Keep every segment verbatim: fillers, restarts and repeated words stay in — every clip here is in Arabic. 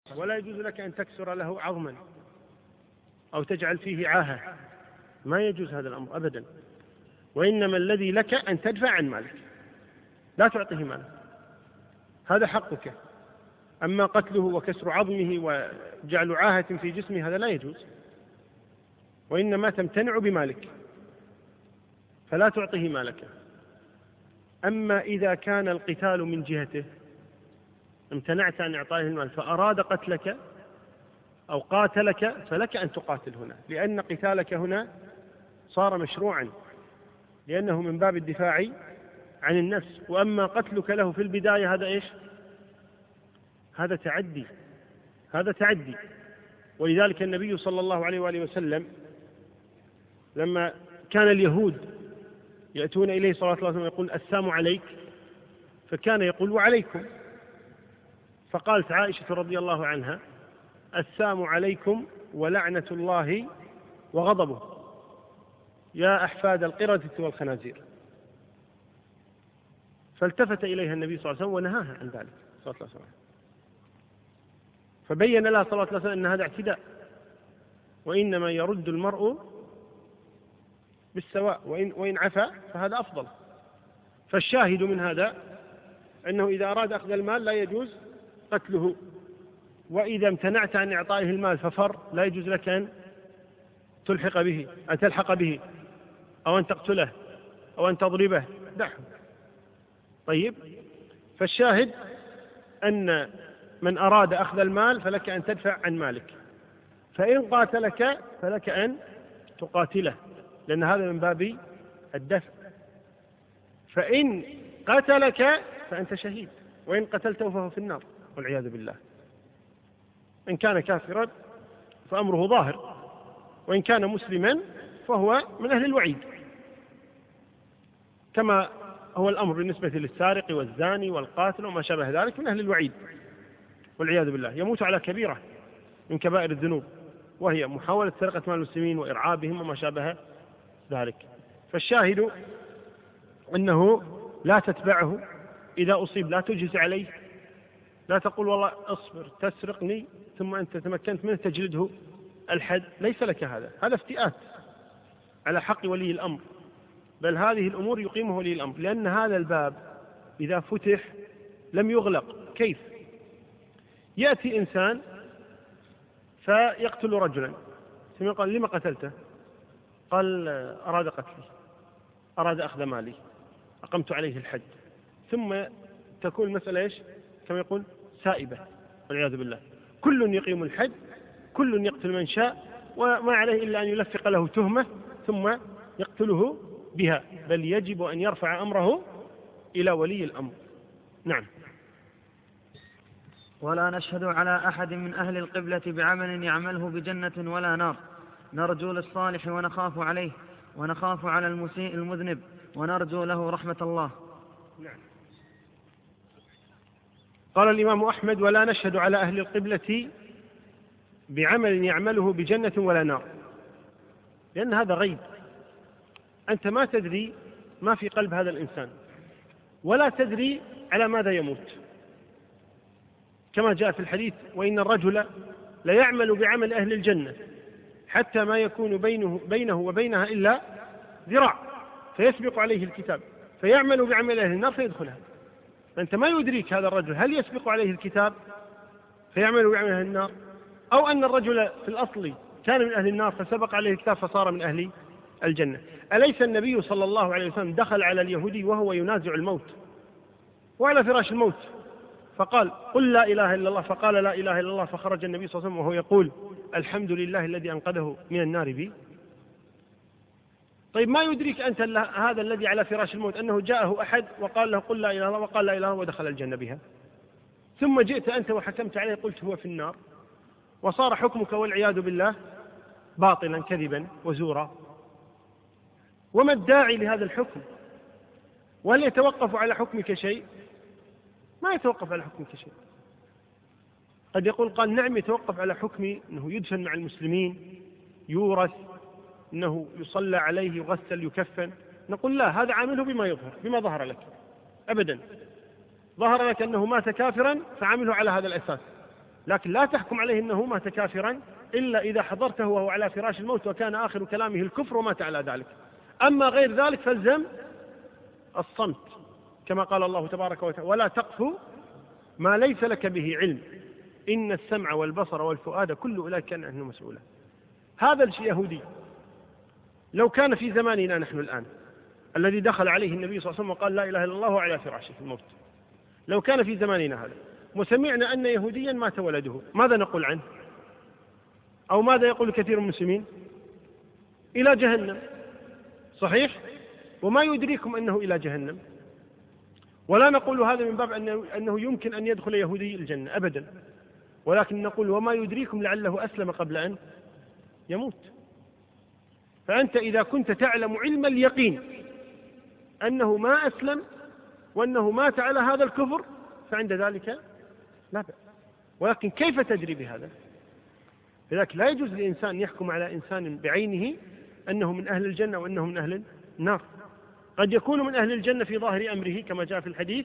ولا يجوز لك أن تكسر له عظما أو تجعل فيه عاهة، ما يجوز هذا الأمر أبدا. وإنما الذي لك أن تدفع عن مالك، لا تعطيه ماله، هذا حقك. أما قتله وكسر عظمه وجعل عاهة في جسمه هذا لا يجوز، وإنما تمتنع بمالك فلا تعطيه مالك. أما إذا كان القتال من جهته امتنعت عن إعطائه المال فأراد قتلك أو قاتلك فلك أن تقاتل هنا، لأن قتالك هنا صار مشروعا، لأنه من باب الدفاع عن النفس. وأما قتلك له في البداية هذا إيش؟ هذا تعدي، هذا تعدي. ولذلك النبي صلى الله عليه وآله وسلم لما كان اليهود يأتون إليه صلى الله عليه وسلم يقول السام عليك، فكان يقول وعليكم، فقالت عائشة رضي الله عنها السام عليكم ولعنة الله وغضبه يا أحفاد القردة والخنازير. فالتفت إليها النبي صلى الله عليه وسلم ونهاها عن ذلك صلى الله عليه وسلم، فبين لها صلى الله عليه وسلم أن هذا اعتداء، وإنما يرد المرء بالسواء، وإن, وإن عفا فهذا أفضل. فالشاهد من هذا أنه إذا أراد أخذ المال لا يجوز قتله، وإذا امتنعت عن إعطائه المال ففر لا يجوز لك أن تلحق به، أن تلحق به أو أن تقتله أو أن تضربه، دعه. طيب، فالشاهد أن من أراد أخذ المال فلك أن تدفع عن مالك، فإن قاتلك فلك أن تقاتله، لأن هذا من باب الدفع. فإن قتلك فأنت شهيد، وإن قتلته فهو في النار والعياذ بالله. إن كان كافرا فأمره ظاهر، وإن كان مسلما فهو من أهل الوعيد، كما هو الأمر بالنسبة للسارق والزاني والقاتل وما شابه ذلك من أهل الوعيد والعياذ بالله، يموت على كبيرة من كبائر الذنوب، وهي محاولة سرقة مال المسلمين وإرعابهم وما شابه ذلك. فالشاهد أنه لا تتبعه، إذا أصيب لا تجهز عليه، لا تقول والله أصبر تسرقني ثم أنت تمكنت منه تجلده الحد، ليس لك هذا، هذا افتئات على حق ولي الأمر، بل هذه الأمور يقيمه ولي الأمر، لأن هذا الباب إذا فتح لم يغلق. كيف؟ يأتي إنسان فيقتل رجلا، ثم قال لما قتلته؟ قال أراد قتلي، أراد أخذ مالي، أقمت عليه الحد، ثم تكون المسألة إيش؟ كما يقول سائبة والعياذ بالله، كل يقيم الحد، كل يقتل من شاء، وما عليه إلا أن يلفق له تهمة ثم يقتله بها، بل يجب أن يرفع أمره إلى ولي الأمر. نعم. ولا نشهد على أحد من أهل القبلة بعمل يعمله بجنة ولا نار، نرجو للصالح ونخاف عليه، ونخاف على المسيء المذنب، ونرجو له رحمة الله. نعم. قال الإمام أحمد ولا نشهد على أهل القبلة بعمل يعمله بجنة ولا نار، لأن هذا غيب، أنت ما تدري ما في قلب هذا الإنسان، ولا تدري على ماذا يموت، كما جاء في الحديث وإن الرجل ليعمل بعمل أهل الجنة حتى ما يكون بينه, بينه وبينها إلا ذراع فيسبق عليه الكتاب فيعمل بعمل أهل النار فيدخلها. فأنت ما يدريك هذا الرجل هل يسبق عليه الكتاب فيعمل بعمل أهل النار، أو أن الرجل في الأصل كان من أهل النار فسبق عليه الكتاب فصار من أهل الجنة. أليس النبي صلى الله عليه وسلم دخل على اليهودي وهو ينازع الموت وعلى فراش الموت فقال قل لا إله إلا الله، فقال لا إله إلا الله، فخرج النبي صلى الله عليه وسلم وهو يقول الحمد لله الذي أنقذه من النار بي. طيب ما يدريك أنت هذا الذي على فراش الموت أنه جاءه أحد وقال له قل لا إله إلا الله، وقال لا إله إلا الله ودخل الجنة بها، ثم جئت أنت وحكمت عليه قلت هو في النار، وصار حكمك والعياذ بالله باطلا كذبا وزورا. وما الداعي لهذا الحكم؟ وهل يتوقف على حكمك شيء؟ ما يتوقف على حكمك شيء. قد يقول قال نعم يتوقف على حكمي أنه يدفن مع المسلمين، يورث، أنه يصلى عليه، يغسل، يكفن. نقول لا، هذا عامله بما يظهر، بما ظهر لك. أبدا، ظهر لك أنه مات كافرا فعامله على هذا الأساس، لكن لا تحكم عليه أنه مات كافرا إلا إذا حضرته وهو على فراش الموت وكان آخر كلامه الكفر ومات على ذلك. أما غير ذلك فالزم الصمت، كما قال الله تبارك وتعالى: ولا تقف ما ليس لك به علم إن السمع والبصر والفؤاد كل أولئك كان عنه مسؤولا. هذا الشيء يهودي لو كان في زماننا نحن الآن، الذي دخل عليه النبي صلى الله عليه وسلم وقال لا إله إلا الله على فراشه في الموت، لو كان في زماننا هذا وسمعنا أن يهوديا مات ولده، ماذا نقول عنه؟ أو ماذا يقول كثير من المسلمين؟ إلى جهنم. صحيح؟ وما يدريكم أنه إلى جهنم. ولا نقول هذا من باب أنه, أنه يمكن أن يدخل يهودي الجنة أبدا، ولكن نقول وما يدريكم لعله أسلم قبل أن يموت. فأنت إذا كنت تعلم علم اليقين أنه ما أسلم وأنه مات على هذا الكفر فعند ذلك لا بأس. ولكن كيف تدري بهذا؟ لذلك لا يجوز للإنسان أن يحكم على إنسان بعينه أنه من أهل الجنة وأنه من أهل النار. قد يكون من أهل الجنة في ظاهر أمره كما جاء في الحديث،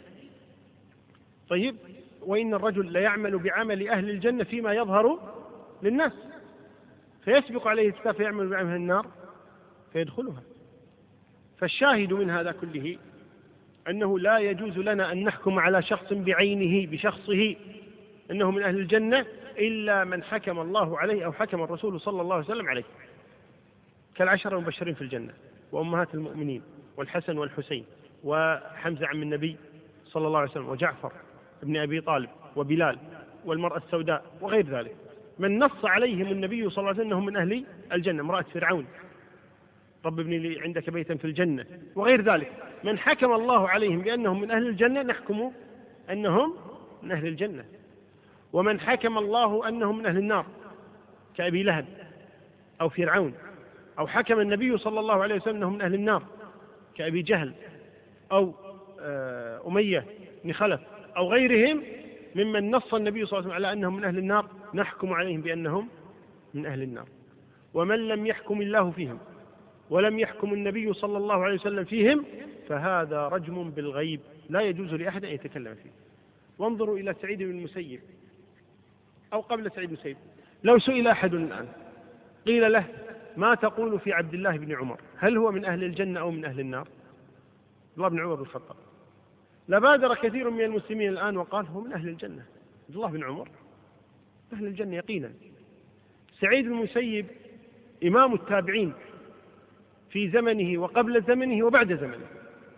طيب، وإن الرجل ليعمل بعمل أهل الجنة فيما يظهر للناس، فيسبق عليه الكتاب فيعمل بعمل النار فيدخلها. فالشاهد من هذا كله أنه لا يجوز لنا أن نحكم على شخص بعينه بشخصه أنه من أهل الجنة إلا من حكم الله عليه أو حكم الرسول صلى الله عليه وسلم عليه، كالعشرة المبشرين في الجنة وأمهات المؤمنين والحسن والحسين وحمزة عم النبي صلى الله عليه وسلم وجعفر ابن أبي طالب وبلال والمرأة السوداء وغير ذلك، من نص عليهم النبي صلى الله عليه وسلم أنهم من أهل الجنة، امرأة فرعون رب ابن لي عندك بيتا في الجنة وغير ذلك، من حكم الله عليهم بأنهم من أهل الجنة نحكم أنهم من أهل الجنة. ومن حكم الله أنهم من أهل النار كأبي لهب أو فرعون، أو حكم النبي صلى الله عليه وسلم أنهم من أهل النار كأبي جهل أو أمية بن خلف أو غيرهم ممن نص النبي صلى الله عليه وسلم على أنهم من أهل النار، نحكم عليهم بأنهم من أهل النار. ومن لم يحكم الله فيهم ولم يحكم النبي صلى الله عليه وسلم فيهم فهذا رجم بالغيب لا يجوز لأحد أن يتكلم فيه. وانظروا إلى سعيد بن المسيب أو قبل سعيد بن المسيب، لو سئل أحد الآن قيل له ما تقول في عبد الله بن عمر، هل هو من أهل الجنة أو من أهل النار؟ عبد الله بن عمر بن الخطاب، لبادر كثير من المسلمين الآن وقال هو من أهل الجنة. عبد الله بن عمر أهل الجنة يقينا. سعيد بن المسيب إمام التابعين في زمنه وقبل زمنه وبعد زمنه،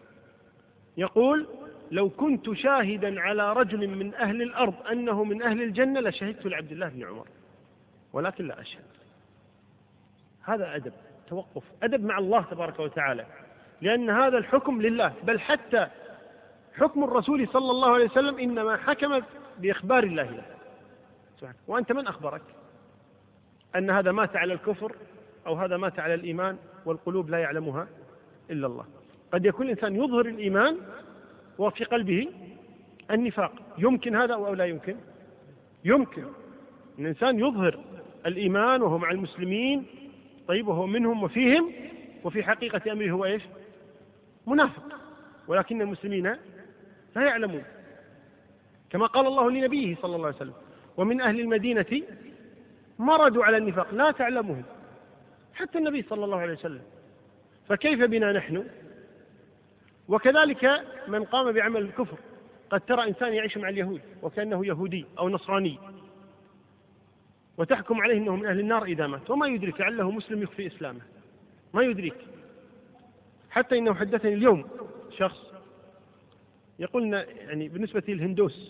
يقول لو كنت شاهدا على رجل من أهل الأرض أنه من أهل الجنة لشهدت لعبد الله بن عمر ولكن لا أشهد. هذا أدب، توقف، أدب مع الله تبارك وتعالى، لأن هذا الحكم لله، بل حتى حكم الرسول صلى الله عليه وسلم إنما حكم بإخبار الله له. وأنت من أخبرك أن هذا مات على الكفر أو هذا مات على الإيمان والقلوب لا يعلمها إلا الله؟ قد يكون الإنسان يظهر الإيمان وفي قلبه النفاق، يمكن هذا أو لا يمكن؟ يمكن الإنسان يظهر الإيمان وهو مع المسلمين، طيب، وهو منهم وفيهم، وفي حقيقة أمره هو إيش؟ منافق، ولكن المسلمين لا يعلمون، كما قال الله لنبيه صلى الله عليه وسلم ومن أهل المدينة مرضوا على النفاق لا تعلمهم، حتى النبي صلى الله عليه وسلم. فكيف بنا نحن؟ وكذلك من قام بعمل الكفر، قد ترى إنسان يعيش مع اليهود وكأنه يهودي أو نصراني وتحكم عليه أنه من أهل النار إذا مات، وما يدرك لعله مسلم يخفي إسلامه، ما يدرك. حتى إنه حدثني اليوم شخص يقولنا يعني بالنسبة للهندوس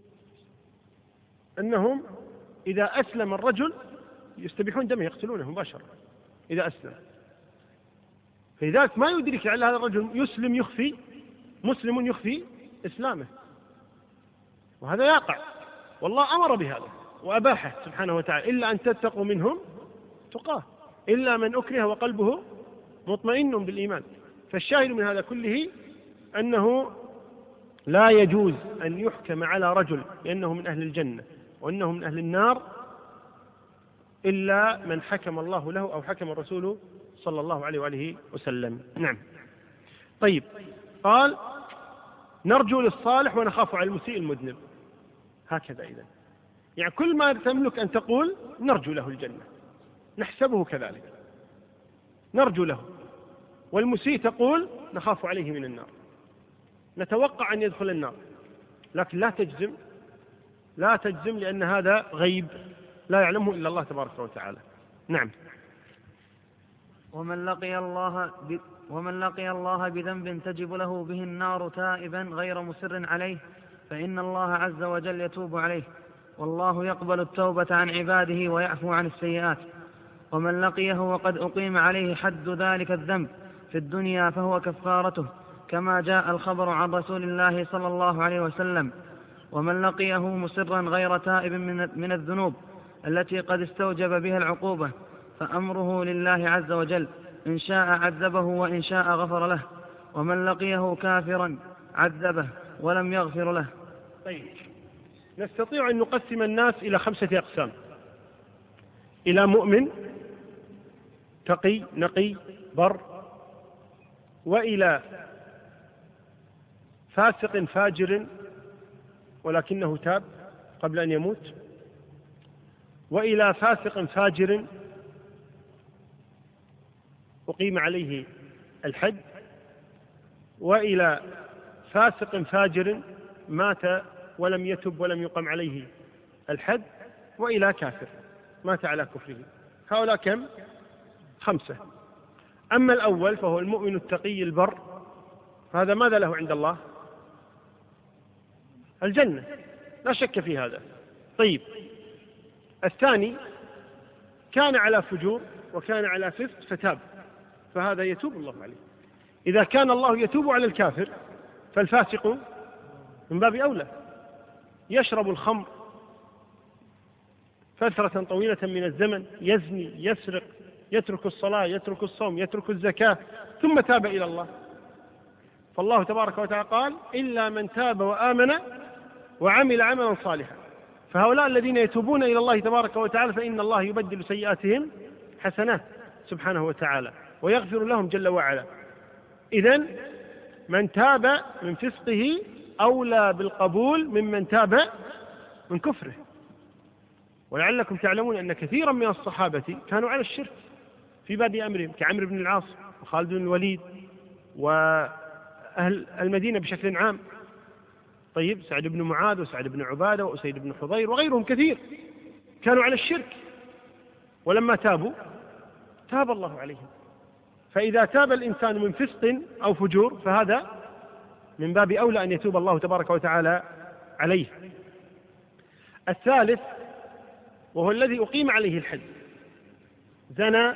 أنهم إذا أسلم الرجل يستبيحون دمه، يقتلونه مباشرة إذا أسلم. فلذلك ما يدرك على هذا الرجل يسلم يخفي مسلم يخفي إسلامه، وهذا يقع، والله أمر بهذا وأباحه سبحانه وتعالى، إلا أن تتقوا منهم تقاه، إلا من أكره وقلبه مطمئن بالإيمان. فالشاهد من هذا كله أنه لا يجوز أن يحكم على رجل بأنه من أهل الجنة وأنه من أهل النار إلا من حكم الله له أو حكم الرسول صلى الله عليه وآله وسلم. نعم. طيب، قال نرجو للصالح ونخاف على المسيء المذنب. هكذا إذن يعني كل ما تملك أن تقول نرجو له الجنة، نحسبه كذلك، نرجو له. والمسيء تقول نخاف عليه من النار، نتوقع أن يدخل النار، لكن لا تجزم، لا تجزم، لأن هذا غيب لا يعلمه إلا الله تبارك وتعالى. نعم. ومن لقي الله ب... ومن لقي الله بذنب تجب له به النار تائبا غير مصر عليه فإن الله عز وجل يتوب عليه، والله يقبل التوبة عن عباده ويعفو عن السيئات. ومن لقيه وقد أقيم عليه حد ذلك الذنب في الدنيا فهو كفارته، كما جاء الخبر عن رسول الله صلى الله عليه وسلم. ومن لقيه مصرا غير تائب من الذنوب التي قد استوجب بها العقوبة فأمره لله عز وجل، إن شاء عذبه وإن شاء غفر له. ومن لقيه كافرا عذبه ولم يغفر له. طيب، نستطيع أن نقسم الناس إلى خمسة أقسام: إلى مؤمن تقي نقي بر، وإلى فاسق فاجر ولكنه تاب قبل أن يموت، وإلى فاسق فاجر أقيم عليه الحد، وإلى فاسق فاجر مات ولم يتب ولم يقم عليه الحد، وإلى كافر مات على كفره. هؤلاء كم؟ خمسة. أما الأول فهو المؤمن التقي البر، هذا ماذا له عند الله؟ الجنة، لا شك في هذا. طيب، الثاني كان على فجور وكان على فسق فتاب، فهذا يتوب الله عليه. إذا كان الله يتوب على الكافر فالفاسق من باب أولى، يشرب الخمر فترة طويلة من الزمن، يزني، يسرق، يترك الصلاة، يترك الصوم، يترك الزكاة، ثم تاب إلى الله. فالله تبارك وتعالى قال إلا من تاب وآمن وعمل عملا صالحا. فهؤلاء الذين يتوبون إلى الله تبارك وتعالى فإن الله يبدل سيئاتهم حسنات سبحانه وتعالى ويغفر لهم جل وعلا. إذن من تاب من فسقه أولى بالقبول ممن تاب من كفره. ولعلكم تعلمون أن كثيرا من الصحابة كانوا على الشرك في بادئ أمرهم، كعمرو بن العاص وخالد بن الوليد وأهل المدينة بشكل عام. طيب، سعد بن معاذ وسعد بن عبادة وأسيد بن حضير وغيرهم كثير كانوا على الشرك، ولما تابوا تاب الله عليهم. فإذا تاب الإنسان من فسق أو فجور فهذا من باب أولى أن يتوب الله تبارك وتعالى عليه. الثالث وهو الذي أقيم عليه الحد، زنى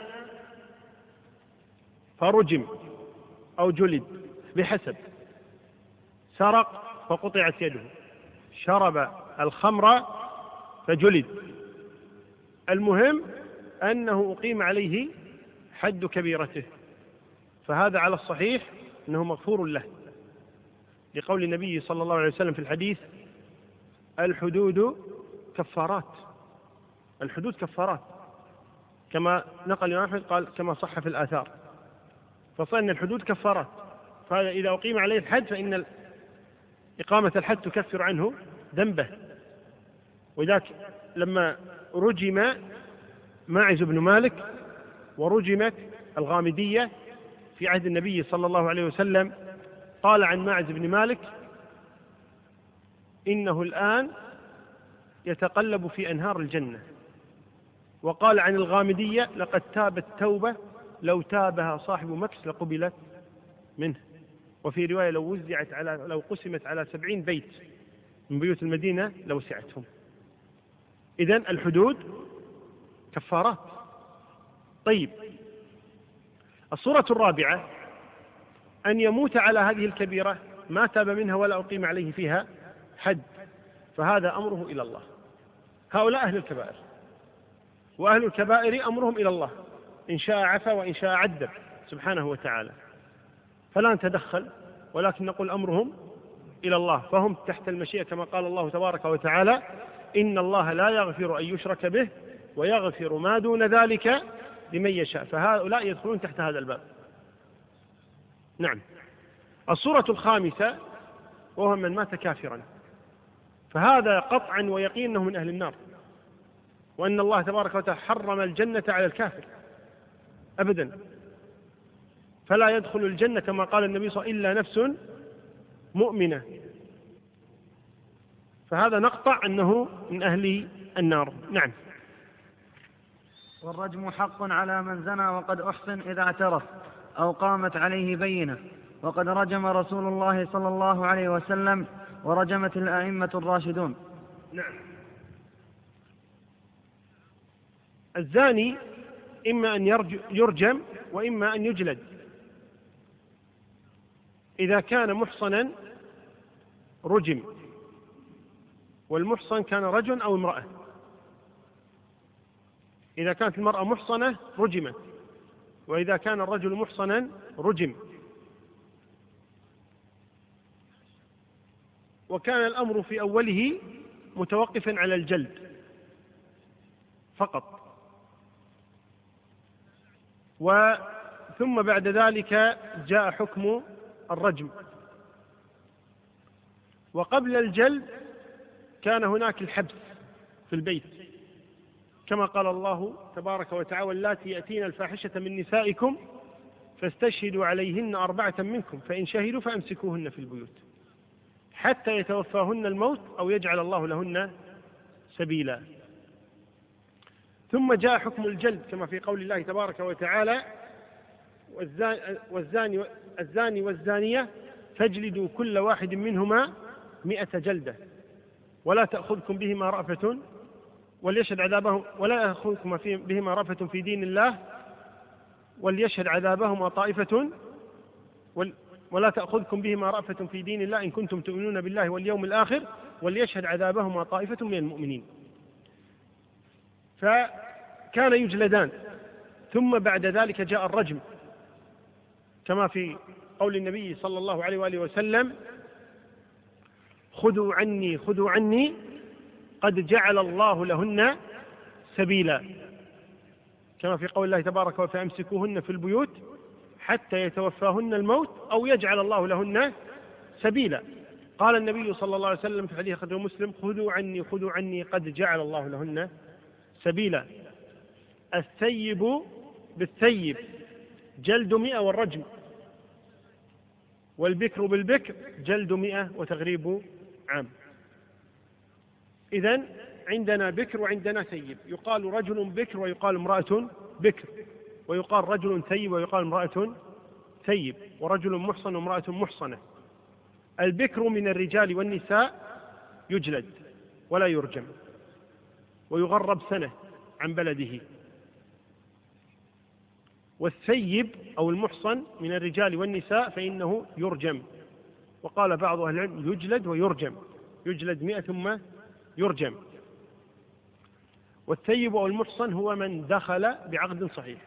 فرجم أو جلد بحسب، سرق فقطعت يده، شرب الخمر فجلد، المهم أنه أقيم عليه حد كبيرته، فهذا على الصحيح أنه مغفور له، لقول النبي صلى الله عليه وسلم في الحديث الحدود كفارات، الحدود كفارات، كما نقل الإمام أحمد قال كما صح في الآثار، فصار أن الحدود كفارات. فهذا إذا أقيم عليه الحد فإن إقامة الحد تكفر عنه ذنبه. وذاك لما رجم ماعز بن مالك ورجمت الغامدية في عهد النبي صلى الله عليه وسلم، قال عن ماعز بن مالك إنه الآن يتقلب في أنهار الجنة، وقال عن الغامدية لقد تابت توبة لو تابها صاحب مكس لقبلت منه. وفي رواية لو وزعت على لو قسمت على سبعين بيت من بيوت المدينة لوسعتهم. إذن الحدود كفارات. طيب، الصورة الرابعة أن يموت على هذه الكبيرة ما تاب منها ولا أقيم عليه فيها حد، فهذا أمره إلى الله. هؤلاء أهل الكبائر، وأهل الكبائر أمرهم إلى الله، إن شاء عفا وإن شاء عذب سبحانه وتعالى، فلا نتدخل، ولكن نقول أمرهم إلى الله، فهم تحت المشيئة كما قال الله تبارك وتعالى إن الله لا يغفر أن يشرك به ويغفر ما دون ذلك لمن يشاء، فهؤلاء يدخلون تحت هذا الباب. نعم. الصورة الخامسة وهو من مات كافرا، فهذا قطعا ويقين أنه من أهل النار، وأن الله تبارك وتعالى حرم الجنة على الكافر أبدا، فلا يدخل الجنة كما قال النبي صلى الله عليه وسلم إلا نفس مؤمنة، فهذا نقطع أنه من أهل النار. نعم. والرجم حق على من زنى وقد أحصن إذا اعترف أو قامت عليه بينة، وقد رجم رسول الله صلى الله عليه وسلم ورجمت الأئمة الراشدون. نعم. الزاني إما أن يرجم وإما أن يجلد إذا كان محصنا رجم، والمحصن كان رجل أو امرأة. إذا كانت المرأة محصنة رجمت، وإذا كان الرجل محصنا رجم. وكان الأمر في أوله متوقفا على الجلد فقط، وثم بعد ذلك جاء حكم الرجم. وقبل الجلد كان هناك الحبس في البيت، كما قال الله تبارك وتعالى: واللاتي يأتين الفاحشة من نسائكم فاستشهدوا عليهن أربعة منكم فإن شهدوا فأمسكوهن في البيوت حتى يتوفاهن الموت أو يجعل الله لهن سبيلا. ثم جاء حكم الجلد كما في قول الله تبارك وتعالى: والزاني, الزاني والزانية فاجلدوا كل واحد منهما مئة جلدة ولا تأخذكم بهما رأفة وليشهد عذابهم ولا يأخذكم بهما رأفة في دين الله وليشهد عذابهما طائفة ولا تأخذكم بهما رأفة في دين الله إن كنتم تؤمنون بالله واليوم الآخر وليشهد عذابهما طائفة من المؤمنين. فكان يجلدان، ثم بعد ذلك جاء الرجم كما في قول النبي صلى الله عليه وآله وسلم: خذوا عني خذوا عني قد جعل الله لهن سبيلا، كما في قول الله تبارك وتعالى: فأمسكوهن في البيوت حتى يتوفاهن الموت أو يجعل الله لهن سبيلا. قال النبي صلى الله عليه وسلم في حديث أخرجه مسلم: خذوا عني خذوا عني قد جعل الله لهن سبيلا. الثيب بالثيب جلد مئة والرجم، والبكر بالبكر جلد مئة وتغريب عام. إذن عندنا بكر وعندنا ثيب، يقال رجل بكر ويقال امرأة بكر، ويقال رجل ثيب ويقال امرأة ثيب، ورجل محصن وامرأة محصنة. البكر من الرجال والنساء يجلد ولا يرجم ويغرب سنة عن بلده، والثيب أو المحصن من الرجال والنساء فإنه يرجم، وقال بعض أهل العلم يجلد ويرجم، يجلد مئة ثم يرجم. والثيب أو المحصن هو من دخل بعقد صحيح،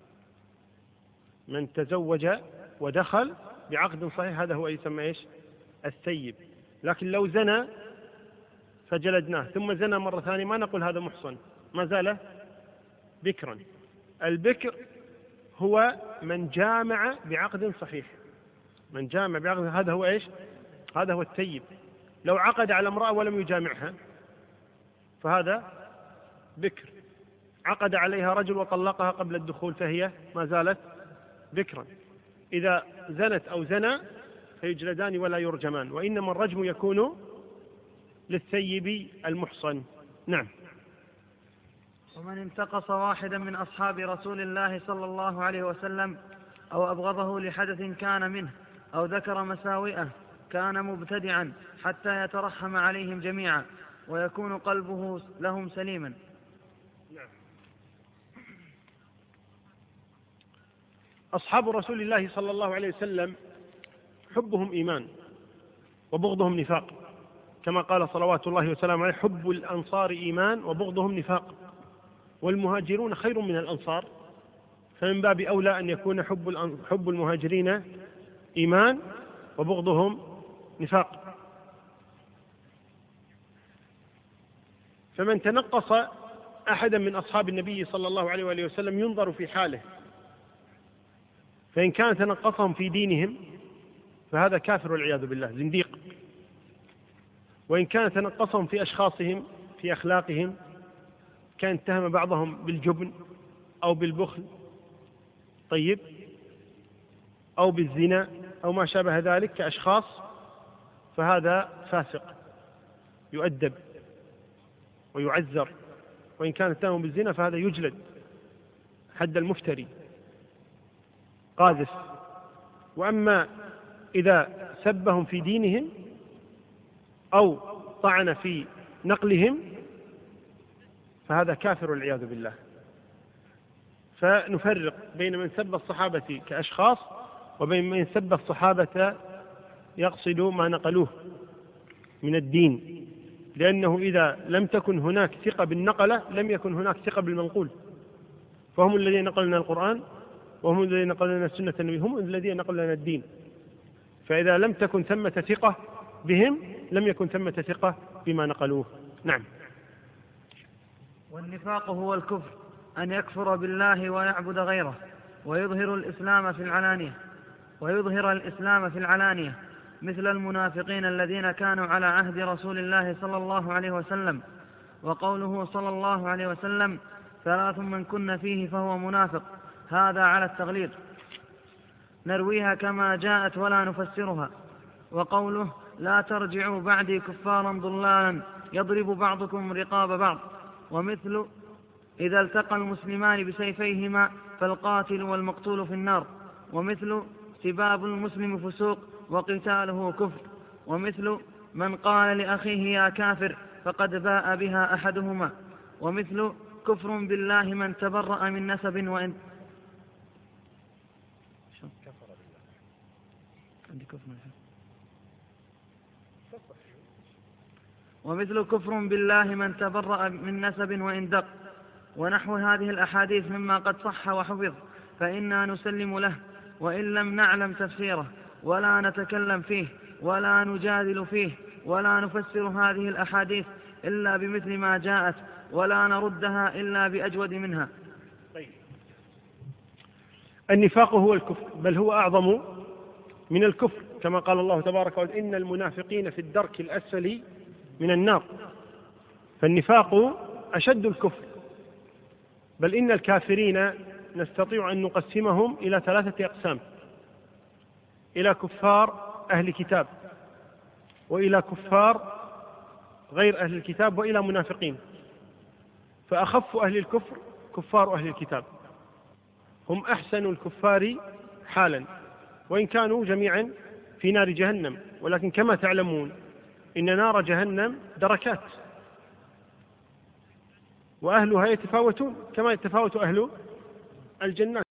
من تزوج ودخل بعقد صحيح، هذا هو يسمى إيش؟ الثيب. لكن لو زنى فجلدناه ثم زنى مرة ثانية ما نقول هذا محصن، ما زال بكرا. البكر هو من جامع بعقد صحيح، من جامع بعقد، هذا هو إيش؟ هذا هو الثيب. لو عقد على امرأة ولم يجامعها فهذا بكر، عقد عليها رجل وطلقها قبل الدخول فهي ما زالت بكرا. إذا زنت أو زنى فيجلدان ولا يرجمان، وإنما الرجم يكون للثيب المحصن. نعم. ومن انتقص واحدا من أصحاب رسول الله صلى الله عليه وسلم أو أبغضه لحدث كان منه أو ذكر مساوئه كان مبتدعا حتى يترحم عليهم جميعا ويكون قلبه لهم سليما. نعم. أصحاب رسول الله صلى الله عليه وسلم حبهم إيمان وبغضهم نفاق، كما قال صلوات الله وسلامه عليه: حب الأنصار إيمان وبغضهم نفاق، والمهاجرون خير من الأنصار، فمن باب أولى أن يكون حب حب المهاجرين إيمان وبغضهم نفاق. فمن تنقص أحدا من أصحاب النبي صلى الله عليه وآله وسلم ينظر في حاله، فإن كان تنقصهم في دينهم فهذا كافر والعياذ بالله، زنديق. وإن كان تنقصهم في أشخاصهم في أخلاقهم كان اتهم بعضهم بالجبن أو بالبخل، طيب، أو بالزنا أو ما شابه ذلك كأشخاص، فهذا فاسق يؤدب ويعزر، وإن كان اتهم بالزنا فهذا يجلد حد المفتري قاذف. وأما إذا سبهم في دينهم أو طعن في نقلهم فهذا كافر والعياذ بالله. فنفرق بين من سب الصحابة كأشخاص وبين من سب الصحابة يقصد ما نقلوه من الدين، لأنه إذا لم تكن هناك ثقة بالنقلة لم يكن هناك ثقة بالمنقول، فهم الذين نقلوا لنا القرآن وهم الذين نقلوا لنا السنة النبي، هم الذين نقلوا لنا الدين. فإذا لم تكن ثمة ثقة بهم لم يكن ثمة ثقة بما نقلوه. نعم. والنفاق هو الكفر، أن يكفر بالله ويعبد غيره ويظهر الإسلام في العلانية ويظهر الإسلام في العلانية مثل المنافقين الذين كانوا على عهد رسول الله صلى الله عليه وسلم. وقوله صلى الله عليه وسلم: ثلاث من كن فيه فهو منافق، هذا على التغليظ، نرويها كما جاءت ولا نفسرها. وقوله: لا ترجعوا بعدي كفارا ضلالا يضرب بعضكم رقاب بعض، ومثل إذا التقى المسلمان بسيفيهما فالقاتل والمقتول في النار، ومثل سباب المسلم فسوق وقتاله كفر، ومثل من قال لأخيه يا كافر فقد باء بها أحدهما، ومثل كفر بالله من تبرأ من نسب وإن ومثل كفر بالله من تبرأ من نسب وإن دق، ونحو هذه الأحاديث مما قد صح وحفظ فإنا نسلم له وإن لم نعلم تفسيره، ولا نتكلم فيه ولا نجادل فيه، ولا نفسر هذه الأحاديث إلا بمثل ما جاءت، ولا نردها إلا بأجود منها. طيب. النفاق هو الكفر، بل هو أعظم من الكفر، كما قال الله تبارك وتعالى: إن المنافقين في الدرك الأسفل من النار. فالنفاق أشد الكفر، بل إن الكافرين نستطيع أن نقسمهم إلى ثلاثة أقسام: إلى كفار أهل كتاب، وإلى كفار غير أهل الكتاب، وإلى منافقين. فأخف أهل الكفر كفار أهل الكتاب، هم أحسن الكفار حالا، وإن كانوا جميعا في نار جهنم، ولكن كما تعلمون إن نار جهنم دركات، وأهلها يتفاوتون كما يتفاوت أهل الجنات.